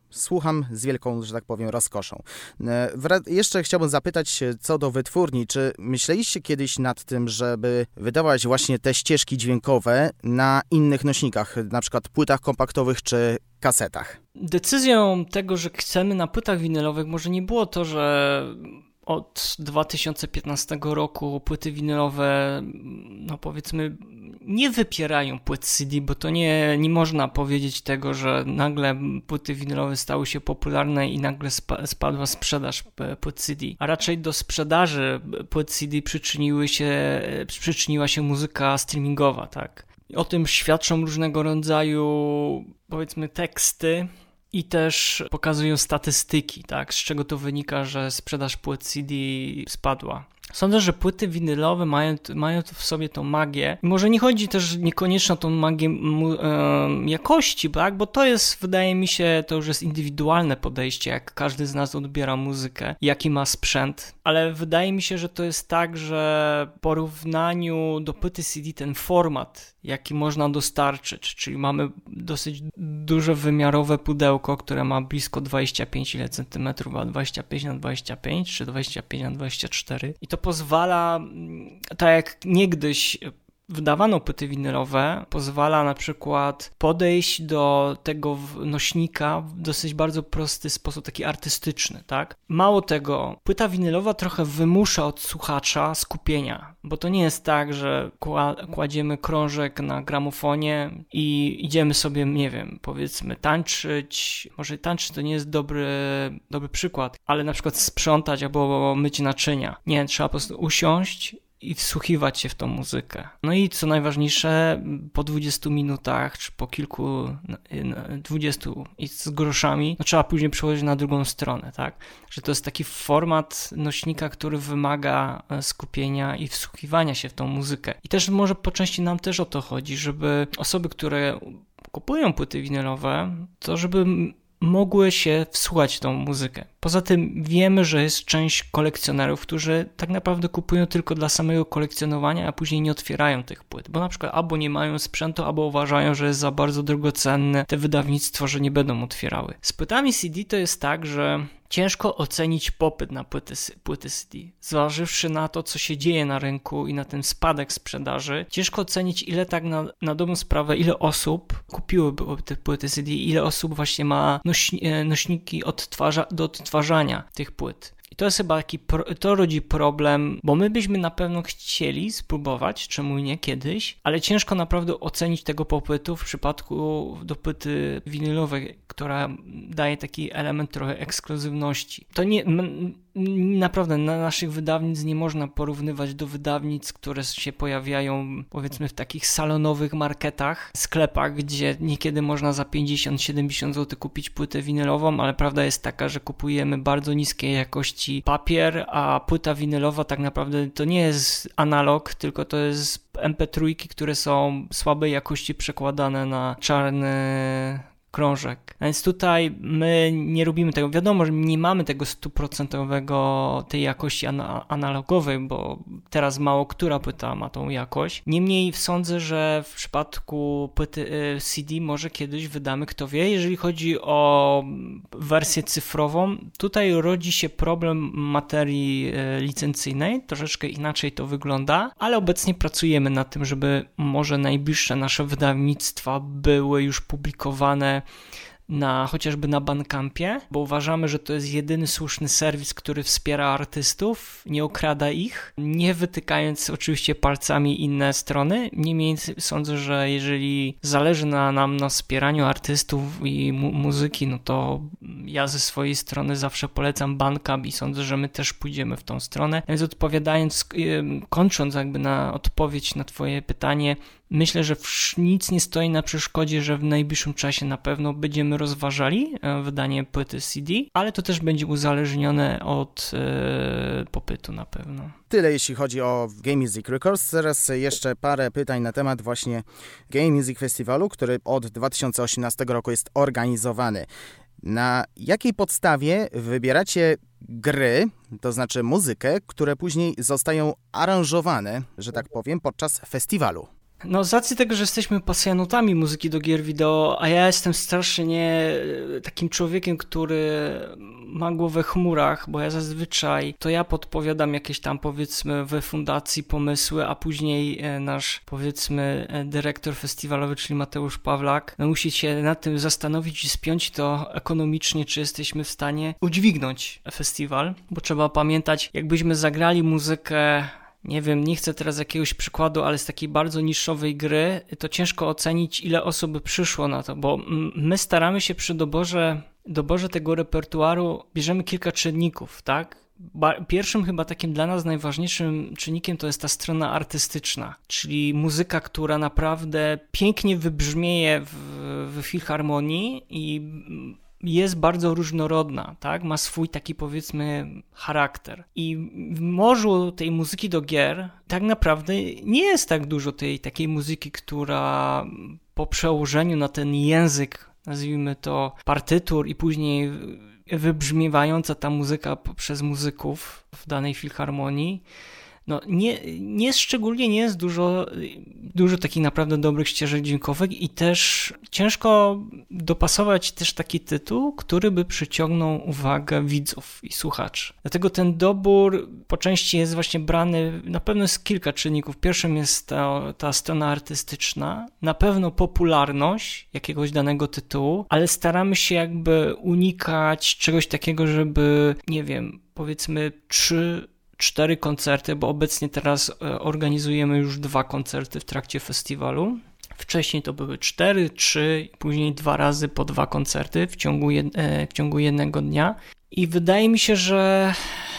Słucham z wielką, że tak powiem, rozkoszą. Jeszcze chciałbym zapytać co do wytwórni. Czy myśleliście kiedyś nad tym, żeby wydawać właśnie te ścieżki dźwiękowe na innych nośnikach, na przykład płytach kompaktowych czy kasetach? Decyzją tego, że chcemy na płytach winylowych, może nie było to, że od 2015 roku płyty winylowe, no powiedzmy, nie wypierają płyt CD, bo to nie można powiedzieć tego, że nagle płyty winylowe stały się popularne i nagle spadła sprzedaż płyt CD. A raczej do sprzedaży płyt CD przyczyniła się muzyka streamingowa, tak? O tym świadczą różnego rodzaju, powiedzmy, teksty i też pokazują statystyki, tak? Z czego to wynika, że sprzedaż płyt CD spadła. Sądzę, że płyty winylowe mają w sobie tą magię. I może nie chodzi też niekoniecznie o tą magię jakości, tak? Bo to jest, wydaje mi się, to już jest indywidualne podejście, jak każdy z nas odbiera muzykę, jaki ma sprzęt. Ale wydaje mi się, że to jest tak, że w porównaniu do płyty CD ten format, jaki można dostarczyć, czyli mamy dosyć duże wymiarowe pudełko, które ma blisko 25 centymetrów, a 25 na 25 czy 25 na 24 i to pozwala, tak jak niegdyś wydawano płyty winylowe, pozwala na przykład podejść do tego nośnika w dosyć bardzo prosty sposób, taki artystyczny, tak? Mało tego, płyta winylowa trochę wymusza od słuchacza skupienia, bo to nie jest tak, że kładziemy krążek na gramofonie i idziemy sobie, nie wiem, powiedzmy tańczyć, może tańczyć to nie jest dobry przykład, ale na przykład sprzątać albo myć naczynia. Nie, trzeba po prostu usiąść i wsłuchiwać się w tą muzykę. No i co najważniejsze, po 20 minutach, czy po 20 i z groszami, no trzeba później przełożyć na drugą stronę, tak? Że to jest taki format nośnika, który wymaga skupienia i wsłuchiwania się w tą muzykę. I też może po części nam też o to chodzi, żeby osoby, które kupują płyty winylowe, to żeby mogły się wsłuchać w tą muzykę. Poza tym wiemy, że jest część kolekcjonerów, którzy tak naprawdę kupują tylko dla samego kolekcjonowania, a później nie otwierają tych płyt, bo na przykład albo nie mają sprzętu, albo uważają, że jest za bardzo drogocenne te wydawnictwo, że nie będą otwierały. Z płytami CD to jest tak, że ciężko ocenić popyt na płyty CD. Zważywszy na to, co się dzieje na rynku i na ten spadek sprzedaży, ciężko ocenić, ile tak na dobrą sprawę, ile osób kupiłyby te płyty CD, ile osób właśnie ma nośniki do odtwarzania tych płyt. I to jest chyba to rodzi problem, bo my byśmy na pewno chcieli spróbować, czemu nie kiedyś, ale ciężko naprawdę ocenić tego popytu w przypadku do płyty winylowej, która daje taki element trochę ekskluzywności. To nie... Naprawdę na naszych wydawnic nie można porównywać do wydawnic, które się pojawiają powiedzmy w takich salonowych marketach, sklepach, gdzie niekiedy można za 50-70 zł kupić płytę winylową, ale prawda jest taka, że kupujemy bardzo niskiej jakości papier, a płyta winylowa tak naprawdę to nie jest analog, tylko to jest MP3, które są słabej jakości przekładane na czarny krążek. Więc tutaj my nie robimy tego. Wiadomo, że nie mamy tego 100% tej jakości analogowej, bo teraz mało która płyta ma tą jakość. Niemniej sądzę, że w przypadku płyty CD może kiedyś wydamy, kto wie. Jeżeli chodzi o wersję cyfrową, tutaj rodzi się problem materii licencyjnej. Troszeczkę inaczej to wygląda, ale obecnie pracujemy nad tym, żeby może najbliższe nasze wydawnictwa były już publikowane chociażby na Bandcampie, bo uważamy, że to jest jedyny słuszny serwis, który wspiera artystów, nie okrada ich, nie wytykając oczywiście palcami inne strony. Niemniej sądzę, że jeżeli zależy nam na wspieraniu artystów i muzyki, no to ja ze swojej strony zawsze polecam Bandcamp i sądzę, że my też pójdziemy w tą stronę. Więc kończąc jakby na odpowiedź na twoje pytanie, myślę, że nic nie stoi na przeszkodzie, że w najbliższym czasie na pewno będziemy rozważali wydanie płyty CD, ale to też będzie uzależnione od popytu na pewno. Tyle jeśli chodzi o Game Music Records. Teraz jeszcze parę pytań na temat właśnie Game Music Festiwalu, który od 2018 roku jest organizowany. Na jakiej podstawie wybieracie gry, to znaczy muzykę, które później zostają aranżowane, że tak powiem, podczas festiwalu? No z racji tego, że jesteśmy pasjonatami muzyki do gier wideo, a ja jestem strasznie takim człowiekiem, który ma głowę w chmurach, bo ja zazwyczaj to ja podpowiadam jakieś tam powiedzmy we fundacji pomysły, a później nasz powiedzmy dyrektor festiwalowy, czyli Mateusz Pawlak, musi się nad tym zastanowić i spiąć to ekonomicznie, czy jesteśmy w stanie udźwignąć festiwal, bo trzeba pamiętać, jakbyśmy zagrali muzykę, nie wiem, nie chcę teraz jakiegoś przykładu, ale z takiej bardzo niszowej gry, to ciężko ocenić, ile osób by przyszło na to, bo my staramy się przy doborze tego repertuaru, bierzemy kilka czynników, tak? Pierwszym chyba takim dla nas najważniejszym czynnikiem to jest ta strona artystyczna, czyli muzyka, która naprawdę pięknie wybrzmieje w filharmonii i jest bardzo różnorodna, tak? Ma swój taki powiedzmy charakter. I w morzu tej muzyki do gier tak naprawdę nie jest tak dużo tej takiej muzyki, która po przełożeniu na ten język, nazwijmy to partytur i później wybrzmiewająca ta muzyka przez muzyków w danej filharmonii, no szczególnie nie jest dużo takich naprawdę dobrych ścieżek dźwiękowych i też ciężko dopasować też taki tytuł, który by przyciągnął uwagę widzów i słuchaczy. Dlatego ten dobór po części jest właśnie brany, na pewno jest kilka czynników. Pierwszym jest ta strona artystyczna, na pewno popularność jakiegoś danego tytułu, ale staramy się jakby unikać czegoś takiego, żeby, nie wiem, powiedzmy 4 koncerty, bo obecnie teraz organizujemy już 2 koncerty w trakcie festiwalu. Wcześniej to były 4, 3, później 2 razy po 2 koncerty w ciągu jednego dnia. I wydaje mi się, że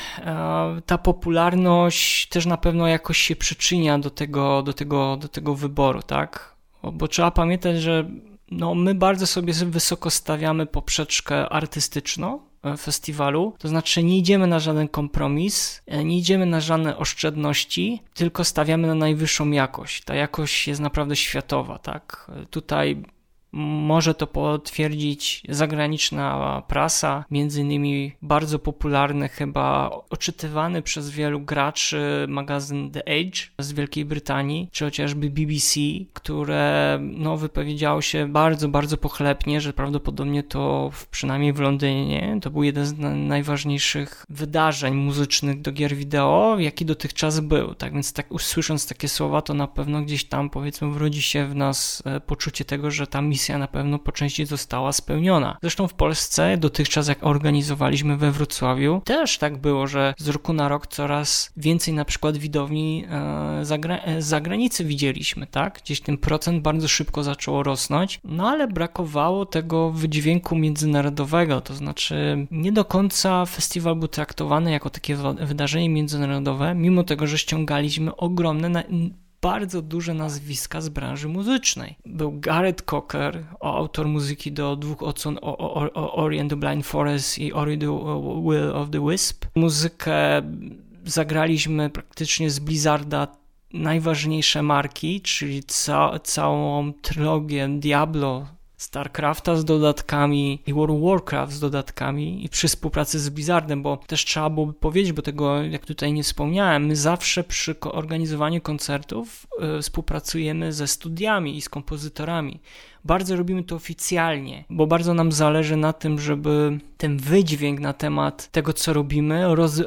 ta popularność też na pewno jakoś się przyczynia do tego wyboru, tak? Bo trzeba pamiętać, że my bardzo sobie wysoko stawiamy poprzeczkę artystyczną festiwalu, to znaczy nie idziemy na żaden kompromis, nie idziemy na żadne oszczędności, tylko stawiamy na najwyższą jakość. Ta jakość jest naprawdę światowa, tak? Tutaj może to potwierdzić zagraniczna prasa, między innymi bardzo popularny, chyba odczytywany przez wielu graczy magazyn The Age z Wielkiej Brytanii, czy chociażby BBC, które wypowiedziało się bardzo, bardzo pochlebnie, że prawdopodobnie to przynajmniej w Londynie to był jeden z najważniejszych wydarzeń muzycznych do gier wideo, jaki dotychczas był. Tak więc słysząc takie słowa, to na pewno gdzieś tam powiedzmy wrodzi się w nas poczucie tego, że ta misja na pewno po części została spełniona. Zresztą w Polsce dotychczas, jak organizowaliśmy we Wrocławiu, też tak było, że z roku na rok coraz więcej na przykład widowni z zagranicy widzieliśmy, tak? Gdzieś ten procent bardzo szybko zaczęło rosnąć, ale brakowało tego wydźwięku międzynarodowego, to znaczy nie do końca festiwal był traktowany jako takie wydarzenie międzynarodowe, mimo tego, że ściągaliśmy ogromne bardzo duże nazwiska z branży muzycznej. Był Gareth Cocker, autor muzyki do 2 odsłon Ori and the Blind Forest i Ori the Will of the Wisp. Muzykę zagraliśmy praktycznie z Blizzarda najważniejsze marki, czyli całą trylogię Diablo, StarCrafta z dodatkami i World of Warcraft z dodatkami i przy współpracy z Blizzardem, bo też trzeba byłoby powiedzieć, bo tego jak tutaj nie wspomniałem, my zawsze przy organizowaniu koncertów współpracujemy ze studiami i z kompozytorami. Bardzo robimy to oficjalnie, bo bardzo nam zależy na tym, żeby ten wydźwięk na temat tego, co robimy,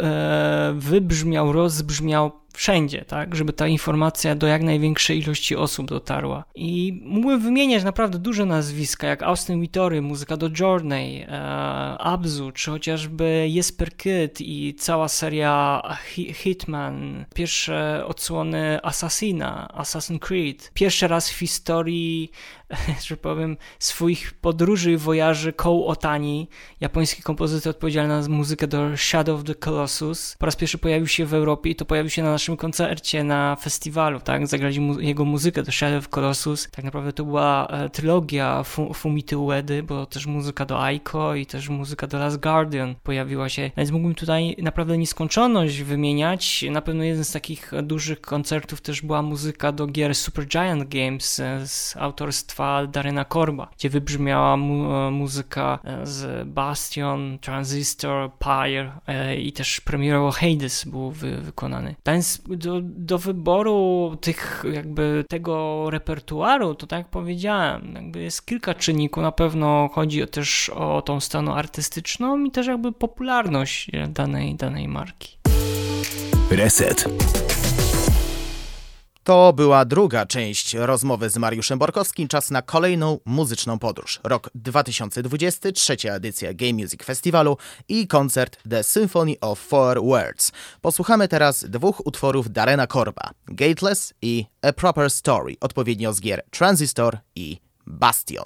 rozbrzmiał wszędzie, tak, żeby ta informacja do jak największej ilości osób dotarła. I mógłbym wymieniać naprawdę duże nazwiska, jak Austin Vittori, muzyka do Journey, Abzu, czy chociażby Jesper Kyd i cała seria Hitman, pierwsze odsłony Assassin's Creed, pierwszy raz w historii, że powiem, swoich podróży i wojaży Kou Otani, japoński kompozytor odpowiedzialny za muzykę do Shadow of the Colossus, po raz pierwszy pojawił się w Europie i to pojawił się na naszym koncercie na festiwalu, tak, zagraliśmy jego muzykę do Shadow of Colossus, tak naprawdę to była trylogia Fumito Uedy, bo też muzyka do Aiko i też muzyka do Last Guardian pojawiła się, więc mógłbym tutaj naprawdę nieskończoność wymieniać. Na pewno jeden z takich dużych koncertów też była muzyka do gier Super Giant Games z autorstwa Darrena Korba, gdzie wybrzmiała muzyka z Bastion, Transistor, Pyre i też premierowo Hades był wykonany. Więc do wyboru tego repertuaru, to tak jak powiedziałem, jest kilka czynników. Na pewno chodzi też o tą stronę artystyczną i też popularność danej marki. Reset. To była druga część rozmowy z Mariuszem Borkowskim. Czas na kolejną muzyczną podróż. Rok 2020, trzecia edycja Game Music Festiwalu i koncert The Symphony of Four Words. Posłuchamy teraz dwóch utworów Darrena Korba, Gateless i A Proper Story, odpowiednio z gier Transistor i Bastion.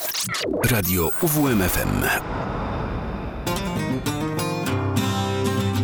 Radio UWMFM.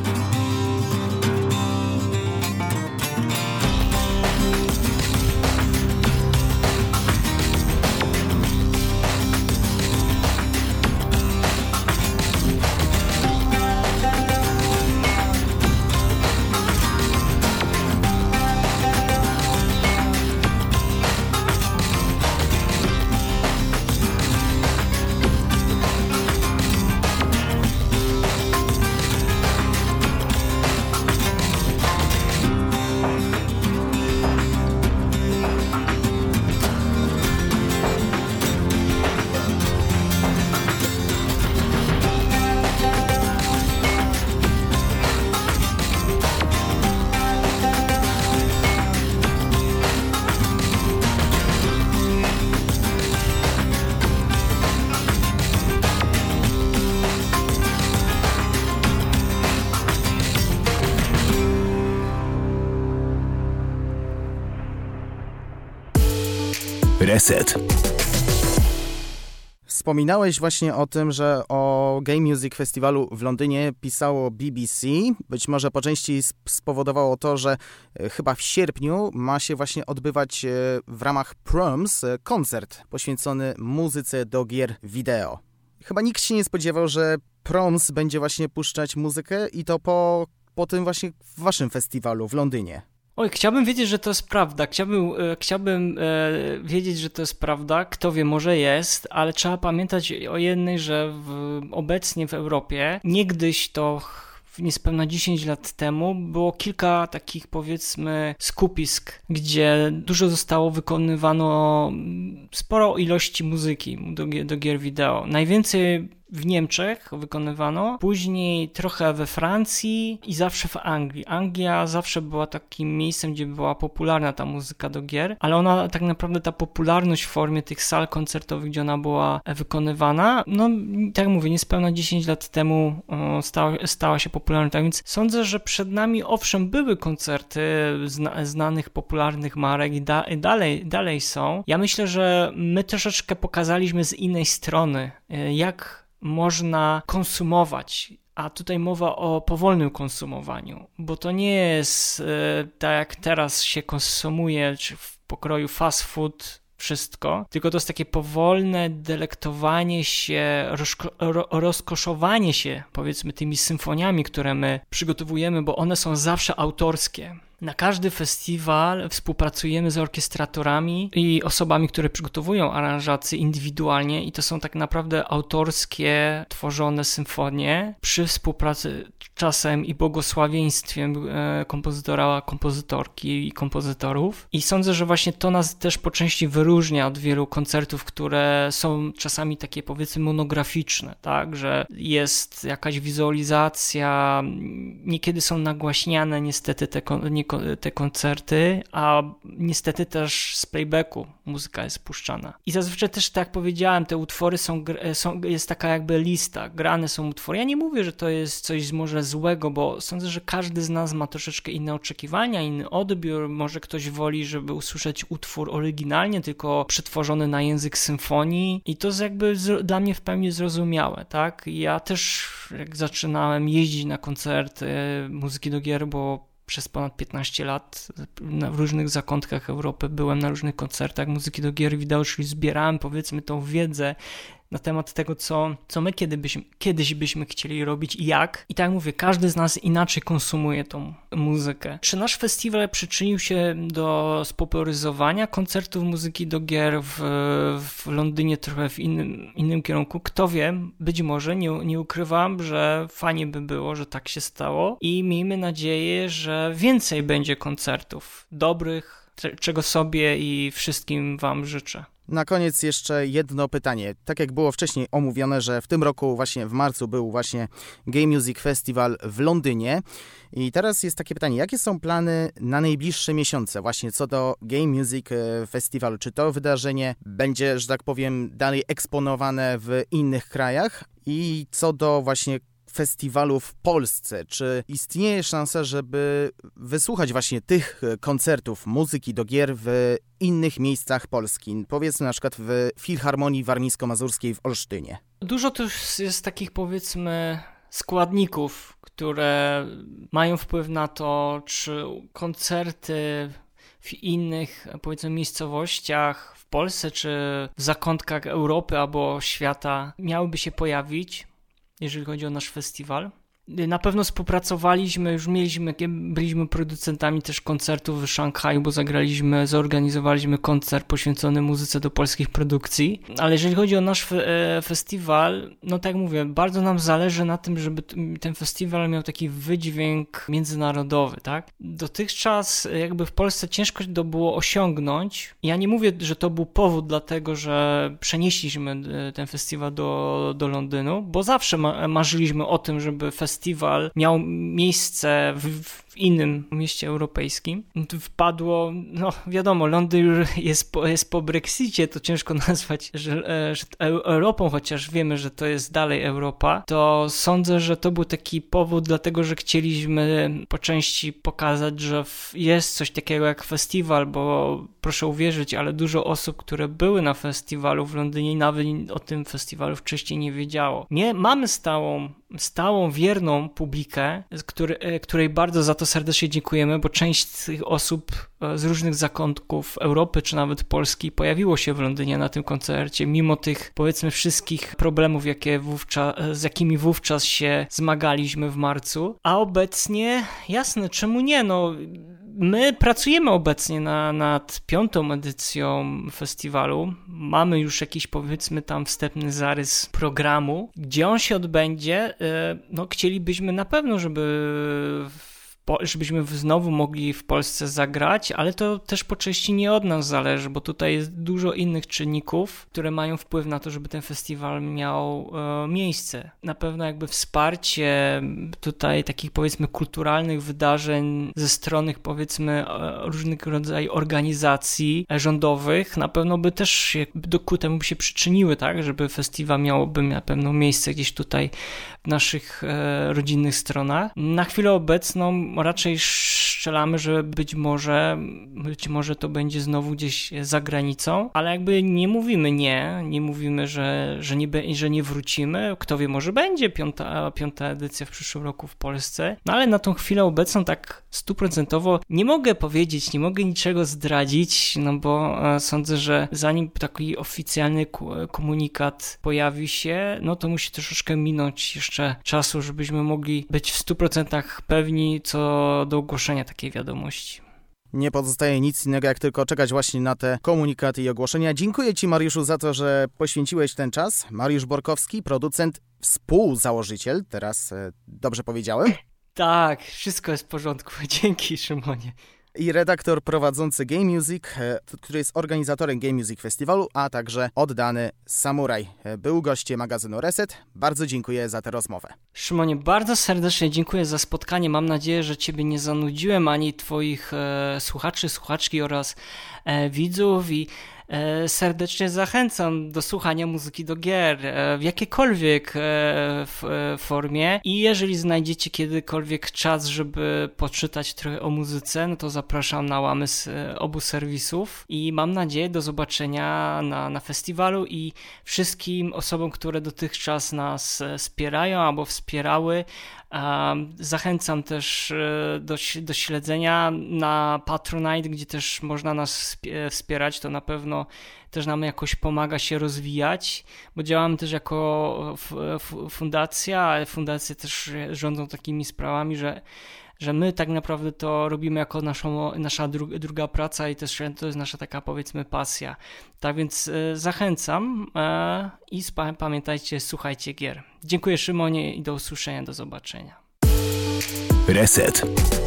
Reset. Wspominałeś właśnie o tym, że o Game Music Festiwalu w Londynie pisało BBC. Być może po części spowodowało to, że chyba w sierpniu ma się właśnie odbywać w ramach Proms koncert poświęcony muzyce do gier wideo. Chyba nikt się nie spodziewał, że Proms będzie właśnie puszczać muzykę i to po tym właśnie waszym festiwalu w Londynie. Oj, chciałbym wiedzieć, że to jest prawda. Chciałbym wiedzieć, że to jest prawda. Kto wie, może jest, ale trzeba pamiętać o jednej, że obecnie w Europie, niegdyś to niespełna 10 lat temu było kilka takich, powiedzmy, skupisk, gdzie dużo zostało wykonywano sporo ilości muzyki do gier wideo. Najwięcej w Niemczech wykonywano, później trochę we Francji i zawsze w Anglii. Anglia zawsze była takim miejscem, gdzie była popularna ta muzyka do gier, ale ona tak naprawdę, ta popularność w formie tych sal koncertowych, gdzie ona była wykonywana, no tak jak mówię, niespełna 10 lat temu stała się popularna. Tak więc sądzę, że przed nami owszem były koncerty znanych, popularnych marek i dalej są. Ja myślę, że my troszeczkę pokazaliśmy z innej strony, jak można konsumować, a tutaj mowa o powolnym konsumowaniu, bo to nie jest tak jak teraz się konsumuje, czy w pokroju fast food wszystko, tylko to jest takie powolne delektowanie się, rozkoszowanie się, powiedzmy, tymi symfoniami, które my przygotowujemy, bo one są zawsze autorskie. Na każdy festiwal współpracujemy z orkiestratorami i osobami, które przygotowują aranżacje indywidualnie i to są tak naprawdę autorskie, tworzone symfonie przy współpracy czasem i błogosławieństwem kompozytora, kompozytorki i kompozytorów. I sądzę, że właśnie to nas też po części wyróżnia od wielu koncertów, które są czasami takie, powiedzmy, monograficzne, tak, że jest jakaś wizualizacja, niekiedy są nagłaśniane niestety te koncerty, a niestety też z playbacku muzyka jest puszczana. I zazwyczaj też, tak jak powiedziałem, te utwory jest taka jakby lista, grane są utwory. Ja nie mówię, że to jest coś może złego, bo sądzę, że każdy z nas ma troszeczkę inne oczekiwania, inny odbiór. Może ktoś woli, żeby usłyszeć utwór oryginalnie, tylko przetworzony na język symfonii i to jest jakby dla mnie w pełni zrozumiałe, tak? Ja też, jak zaczynałem jeździć na koncerty muzyki do gier, bo przez ponad 15 lat w różnych zakątkach Europy byłem na różnych koncertach muzyki do gier wideo, czyli zbierałem, powiedzmy, tą wiedzę na temat tego, co my kiedyś byśmy chcieli robić i jak. I tak jak mówię, każdy z nas inaczej konsumuje tą muzykę. Czy nasz festiwal przyczynił się do spopularyzowania koncertów muzyki do gier w Londynie trochę w innym kierunku? Kto wie, być może, nie ukrywam, że fajnie by było, że tak się stało i miejmy nadzieję, że więcej będzie koncertów dobrych, czego sobie i wszystkim wam życzę. Na koniec jeszcze jedno pytanie. Tak jak było wcześniej omówione, że w tym roku właśnie w marcu był właśnie Game Music Festival w Londynie i teraz jest takie pytanie, jakie są plany na najbliższe miesiące właśnie co do Game Music Festivalu? Czy to wydarzenie będzie, że tak powiem, dalej eksponowane w innych krajach? I co do właśnie festiwalu w Polsce, czy istnieje szansa, żeby wysłuchać właśnie tych koncertów muzyki do gier w innych miejscach Polski, powiedzmy na przykład w Filharmonii Warmińsko-Mazurskiej w Olsztynie? Dużo też jest takich, powiedzmy, składników, które mają wpływ na to, czy koncerty w innych, powiedzmy, miejscowościach w Polsce, czy w zakątkach Europy albo świata miałyby się pojawić, jeżeli chodzi o nasz festiwal. Na pewno współpracowaliśmy, byliśmy producentami też koncertów w Szanghaju, bo zorganizowaliśmy koncert poświęcony muzyce do polskich produkcji, ale jeżeli chodzi o nasz festiwal, no tak jak mówię, bardzo nam zależy na tym, żeby ten festiwal miał taki wydźwięk międzynarodowy, tak? Dotychczas jakby w Polsce ciężko to było osiągnąć. Ja nie mówię, że to był powód dlatego, że przenieśliśmy ten festiwal do Londynu, bo zawsze marzyliśmy o tym, żeby festiwal miał miejsce w innym mieście europejskim. Wpadło, no wiadomo, Londyn już jest po Brexicie, to ciężko nazwać, że Europą, chociaż wiemy, że to jest dalej Europa, to sądzę, że to był taki powód, dlatego że chcieliśmy po części pokazać, że jest coś takiego jak festiwal, bo proszę uwierzyć, ale dużo osób, które były na festiwalu w Londynie, nawet o tym festiwalu wcześniej nie wiedziało. Mamy stałą, wierną publikę, której bardzo za to serdecznie dziękujemy, bo część z tych osób z różnych zakątków Europy, czy nawet Polski pojawiło się w Londynie na tym koncercie, mimo tych, powiedzmy, wszystkich problemów, z jakimi wówczas się zmagaliśmy w marcu. A obecnie, jasne, czemu nie? No, my pracujemy obecnie nad 5. edycją festiwalu. Mamy już jakiś, powiedzmy, tam wstępny zarys programu. Gdzie on się odbędzie? No, chcielibyśmy na pewno, żebyśmy znowu mogli w Polsce zagrać, ale to też po części nie od nas zależy, bo tutaj jest dużo innych czynników, które mają wpływ na to, żeby ten festiwal miał miejsce. Na pewno jakby wsparcie tutaj takich, powiedzmy, kulturalnych wydarzeń ze strony, powiedzmy, różnych rodzajów organizacji rządowych na pewno by też ku temu by się przyczyniły, tak, żeby festiwal miałby na pewno miejsce gdzieś tutaj w naszych rodzinnych stronach. Na chwilę obecną raczej strzelamy, że być może to będzie znowu gdzieś za granicą, ale jakby nie mówimy nie mówimy, że nie wrócimy. Kto wie, może będzie piąta edycja w przyszłym roku w Polsce, no ale na tą chwilę obecną tak 100% nie mogę powiedzieć, nie mogę niczego zdradzić, no bo sądzę, że zanim taki oficjalny komunikat pojawi się, no to musi troszeczkę minąć jeszcze czasu, żebyśmy mogli być w 100% pewni co do ogłoszenia takiej wiadomości. Nie pozostaje nic innego, jak tylko czekać właśnie na te komunikaty i ogłoszenia. Dziękuję Ci, Mariuszu, za to, że poświęciłeś ten czas. Mariusz Borkowski, producent, współzałożyciel, teraz dobrze powiedziałem? Tak, wszystko jest w porządku. Dzięki, Szymonie. I redaktor prowadzący Game Music, który jest organizatorem Game Music Festiwalu, a także oddany samuraj. Był gościem magazynu Reset. Bardzo dziękuję za tę rozmowę. Szymonie, bardzo serdecznie dziękuję za spotkanie. Mam nadzieję, że Ciebie nie zanudziłem, ani Twoich słuchaczy, słuchaczki oraz widzów i serdecznie zachęcam do słuchania muzyki do gier w jakiejkolwiek formie i jeżeli znajdziecie kiedykolwiek czas, żeby poczytać trochę o muzyce, no to zapraszam na łamy z obu serwisów i mam nadzieję do zobaczenia na festiwalu i wszystkim osobom, które dotychczas nas wspierają albo wspierały. Zachęcam też do śledzenia na Patronite, gdzie też można nas wspierać, to na pewno też nam jakoś pomaga się rozwijać, bo działamy też jako fundacja, ale fundacje też rządzą takimi sprawami, że my tak naprawdę to robimy jako nasza druga praca i też to jest nasza taka, powiedzmy, pasja. Tak więc zachęcam i pamiętajcie, słuchajcie gier. Dziękuję, Szymonie, i do usłyszenia, do zobaczenia. Reset.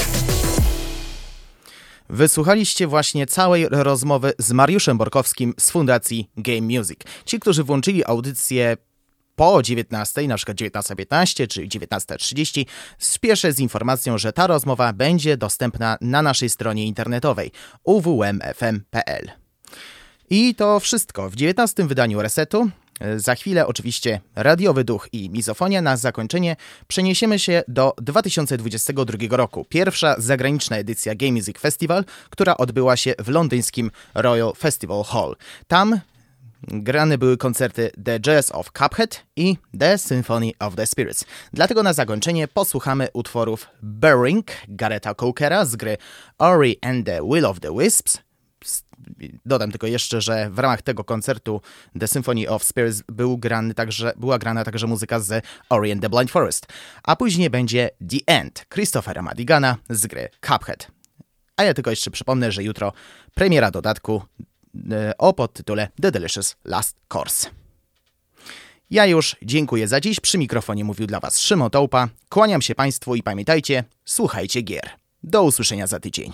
Wysłuchaliście właśnie całej rozmowy z Mariuszem Borkowskim z Fundacji Game Music. Ci, którzy włączyli audycję po 19, na przykład 19:15 czy 19:30, spieszę z informacją, że ta rozmowa będzie dostępna na naszej stronie internetowej uwmfm.pl. I to wszystko w 19. wydaniu Resetu. Za chwilę oczywiście radiowy duch i mizofonia. Na zakończenie przeniesiemy się do 2022 roku. Pierwsza zagraniczna edycja Game Music Festival, która odbyła się w londyńskim Royal Festival Hall. Tam grane były koncerty The Jazz of Cuphead i The Symphony of the Spirits. Dlatego na zakończenie posłuchamy utworów Burring Garetha Cockera z gry Ori and the Will of the Wisps. Dodam tylko jeszcze, że w ramach tego koncertu The Symphony of Spirits była grana także muzyka z Ori and the Blind Forest. A później będzie The End Christophera Madigana z gry Cuphead. A ja tylko jeszcze przypomnę, że jutro premiera dodatku o podtytule The Delicious Last Course. Ja już dziękuję za dziś. Przy mikrofonie mówił dla Was Szymon Tołpa. Kłaniam się Państwu i pamiętajcie, słuchajcie gier. Do usłyszenia za tydzień.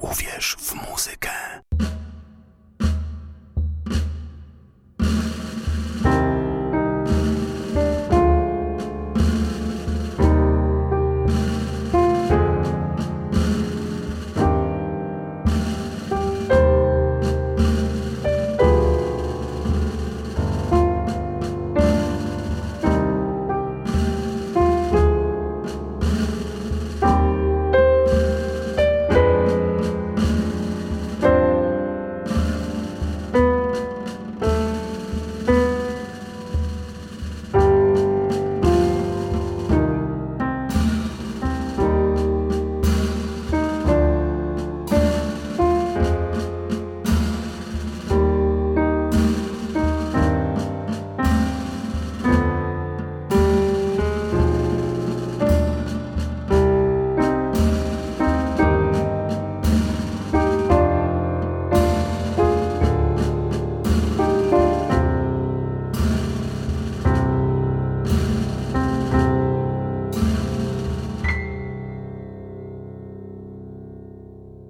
Uwierz w muzykę.